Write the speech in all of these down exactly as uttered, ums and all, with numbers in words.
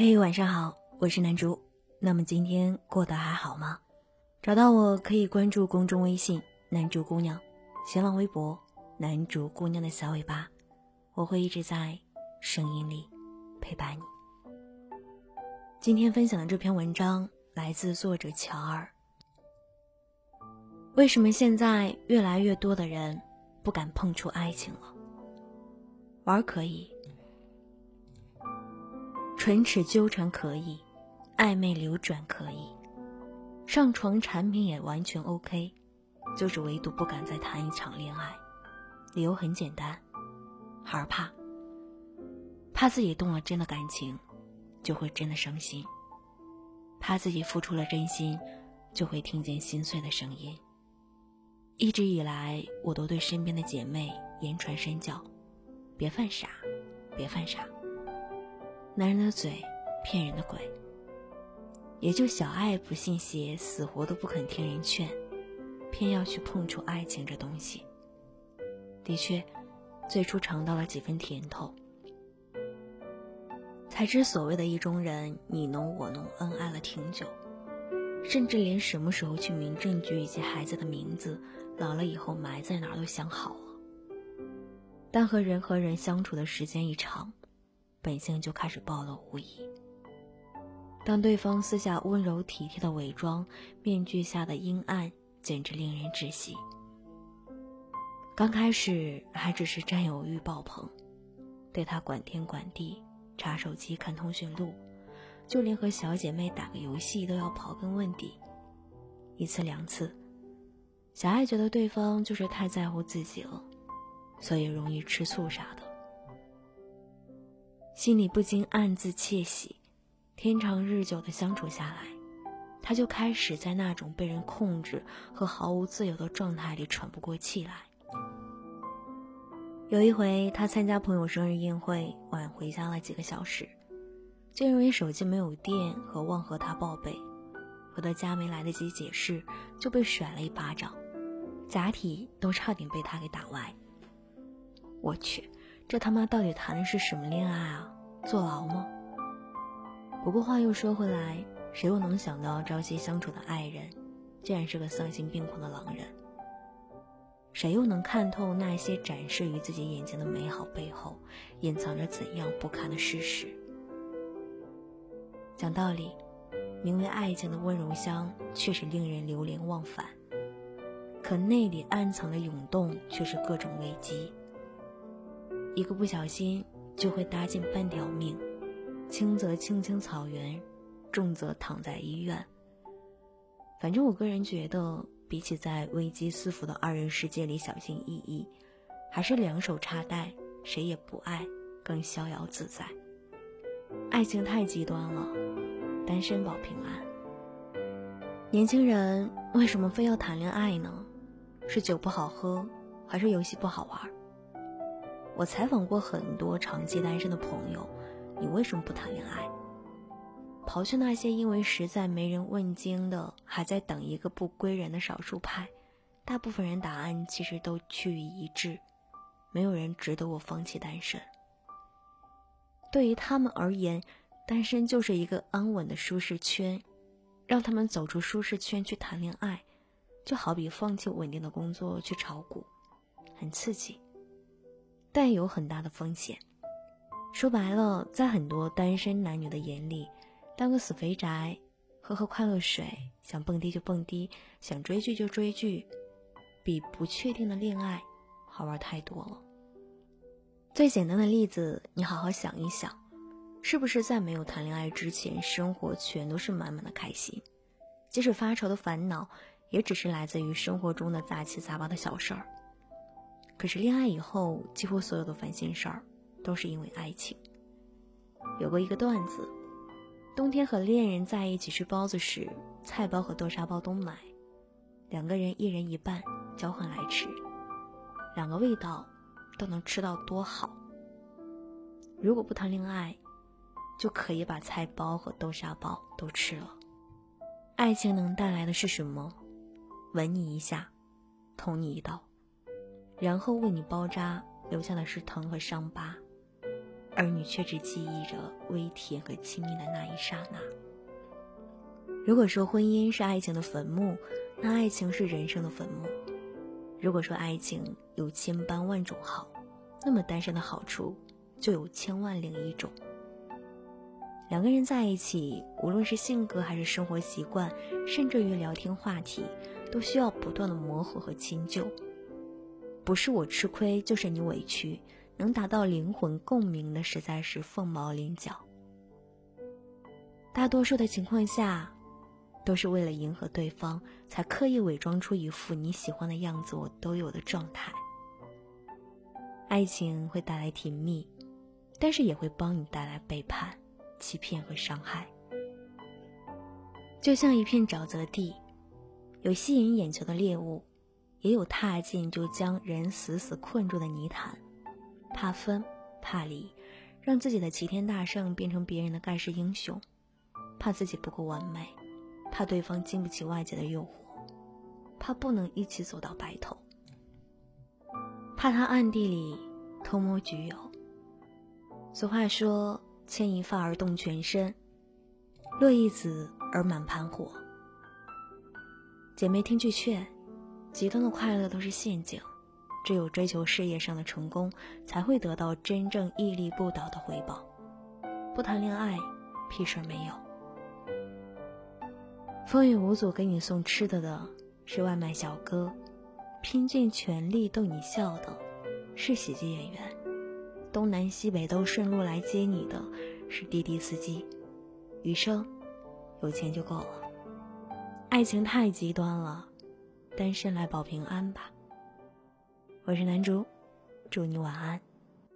嘿，晚上好，我是南竹。那么今天过得还好吗？找到我可以关注公众微信南竹姑娘，新浪微博南竹姑娘的小尾巴，我会一直在声音里陪伴你。今天分享的这篇文章来自作者乔尔。为什么现在越来越多的人不敢碰触爱情了？玩可以，唇齿纠缠可以，暧昧流转可以，上床产品也完全 OK， 就是唯独不敢再谈一场恋爱。理由很简单，害怕怕自己动了真的感情就会真的伤心，怕自己付出了真心就会听见心碎的声音。一直以来我都对身边的姐妹言传身教，别犯傻别犯傻，男人的嘴骗人的鬼。也就小爱不信邪，死活都不肯听人劝，偏要去碰触爱情这东西。的确最初尝到了几分甜头，才知所谓的意中人你侬我侬，恩爱了挺久，甚至连什么时候去民政局以及孩子的名字老了以后埋在哪儿都想好了。但和人和人相处的时间一长，本性就开始暴露无遗。当对方私下温柔体贴的伪装，面具下的阴暗简直令人窒息。刚开始还只是占有欲爆棚，对他管天管地，查手机看通讯录，就连和小姐妹打个游戏都要刨根问底。一次两次，小爱觉得对方就是太在乎自己了，所以容易吃醋啥的，心里不禁暗自窃喜。天长日久的相处下来，他就开始在那种被人控制和毫无自由的状态里喘不过气来。有一回他参加朋友生日宴会，晚回家了几个小时，就因为手机没有电和忘和他报备，回到家没来得及解释就被甩了一巴掌，假体都差点被他给打歪。我去，这他妈到底谈的是什么恋爱啊？坐牢吗？不过话又说回来，谁又能想到朝夕相处的爱人竟然是个丧心病狂的狼人？谁又能看透那些展示于自己眼前的美好背后隐藏着怎样不堪的事实？讲道理，名为爱情的温柔乡确实令人流连忘返，可内里暗藏的涌动却是各种危机。一个不小心就会搭进半条命，轻则青青草原，重则躺在医院。反正我个人觉得，比起在危机四伏的二人世界里小心翼翼，还是两手插袋谁也不爱更逍遥自在。爱情太极端了，单身保平安。年轻人为什么非要谈恋爱呢？是酒不好喝，还是游戏不好玩？我采访过很多长期单身的朋友，你为什么不谈恋爱？刨去那些因为实在没人问津的还在等一个不归人的少数派，大部分人答案其实都趋于一致，没有人值得我放弃单身。对于他们而言，单身就是一个安稳的舒适圈，让他们走出舒适圈去谈恋爱，就好比放弃稳定的工作去炒股，很刺激，但有很大的风险。说白了，在很多单身男女的眼里，当个死肥宅，喝喝快乐水，想蹦迪就蹦迪，想追剧就追剧，比不确定的恋爱好玩太多了。最简单的例子，你好好想一想，是不是在没有谈恋爱之前，生活全都是满满的开心，即使发愁的烦恼也只是来自于生活中的杂七杂八的小事儿。可是恋爱以后，几乎所有的烦心事儿都是因为爱情。有过一个段子，冬天和恋人在一起吃包子时，菜包和豆沙包都买，两个人一人一半交换来吃，两个味道都能吃到多好。如果不谈恋爱，就可以把菜包和豆沙包都吃了。爱情能带来的是什么？吻你一下，捅你一刀，然后为你包扎，留下的是疼和伤疤。 而你却只记忆着微甜和亲密的那一刹那。如果说婚姻是爱情的坟墓，那爱情是人生的坟墓。如果说爱情有千般万种好，那么单身的好处就有千万零一种。两个人在一起，无论是性格还是生活习惯，甚至于聊天话题，都需要不断的磨合和迁就。不是我吃亏，就是你委屈，能达到灵魂共鸣的实在是凤毛麟角。大多数的情况下，都是为了迎合对方，才刻意伪装出一副你喜欢的样子我都有的状态。爱情会带来甜蜜，但是也会帮你带来背叛、欺骗和伤害。就像一片沼泽地，有吸引眼球的猎物，也有踏进就将人死死困住的泥潭。怕分怕离，让自己的齐天大圣变成别人的盖世英雄。怕自己不够完美，怕对方经不起外界的诱惑，怕不能一起走到白头，怕他暗地里偷摸橘友。俗话说，牵一发而动全身，落一子而满盘火。姐妹听句劝，极端的快乐都是陷阱，只有追求事业上的成功，才会得到真正屹立不倒的回报。不谈恋爱，屁事没有。风雨无阻给你送吃的的是外卖小哥，拼尽全力逗你笑的是喜剧演员，东南西北都顺路来接你的是滴滴司机。余生有钱就够了。爱情太极端了，单身来保平安吧。我是南竹，祝你晚安。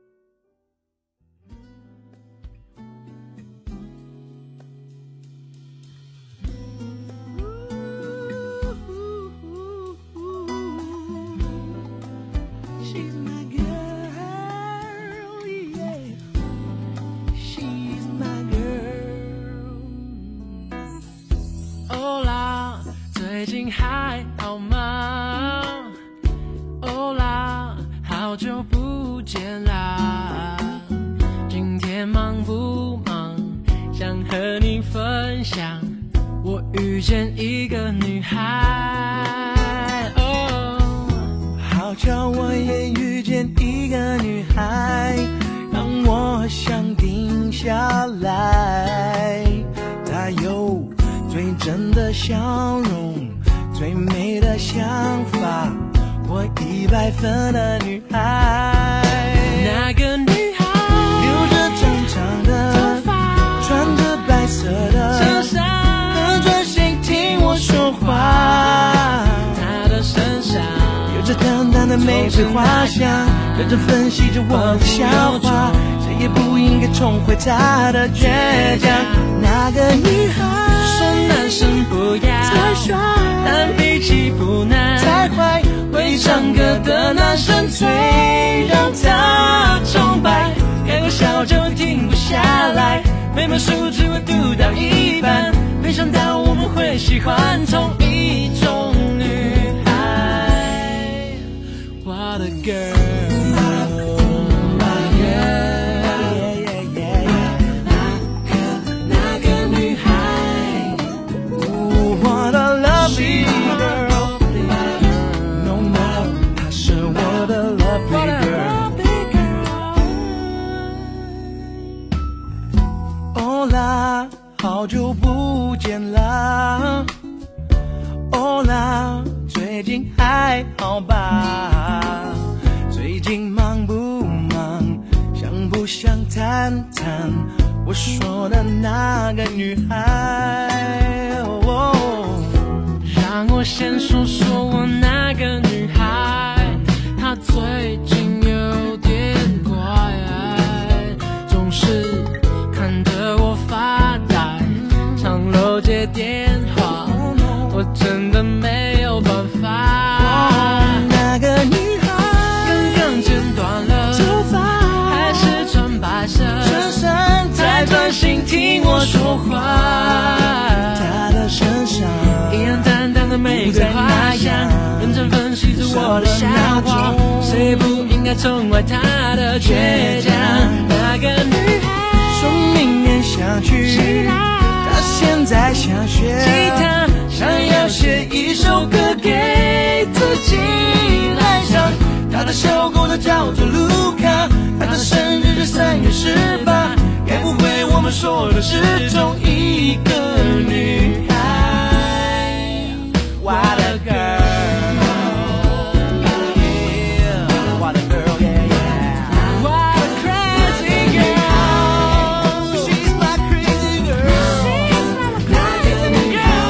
最近还好吗？欧啦，好久不见啦！今天忙不忙？想和你分享，我遇见一个女孩。哦，好巧，我也遇见一个女孩，让我想定下来。她有最真的笑容，最美的想法，我一百分的女孩。那个女孩留着长长的头发，穿着白色的衬衫，很专心听我说话。她的身上有着淡淡的玫瑰花香，认真分析着我的笑话，谁也不应该重回她的倔强。那个女孩说男生不要太帅，但脾气不难太坏，会唱歌的男生最让他崇拜，开个笑就停不下来，每本书只会读到一半，没想到我们会喜欢同一种女孩。What a girl。好久不见啦，欧啦，最近还好吧？最近忙不忙？想不想谈谈我说的那个女孩？哦，让我先说说我那个女孩，她最近有点怪，总是看着我发呆，常漏接电话，我真的没有办法。那个女孩刚刚剪断了头发，还是穿白色衬衫，太专心听我说话。她的身上一样淡淡的玫瑰花香，认真分析着我的笑话，谁不应该该宠坏她的倔强。那个女孩说明年想去，她现在想学吉他，想要写一首歌给自己来唱。她的小狗的叫做卢卡，她的生日是三月十八。该不会我们说的是同一个女孩 ？What a girl！What a girl, yeah, yeah. What a crazy girl. She's my crazy girl. She's my crazy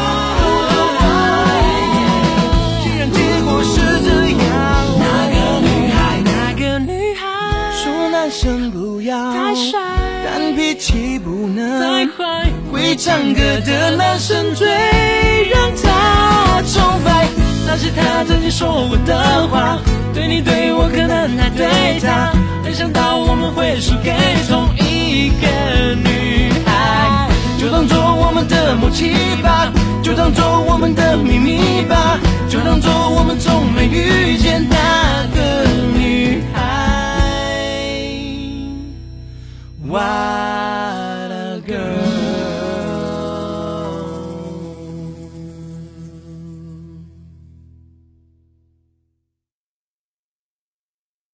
girl. 既然结果是这样，那个女孩，那个女孩说男生不要太帅， 但脾气不能太坏， 会唱歌的男生最让他崇拜。那是他曾经说过的话，对你对我可能还对他，没想到我们会输给同一个女孩。就当做我们的默契吧，就当做我们的秘密吧，就当做我们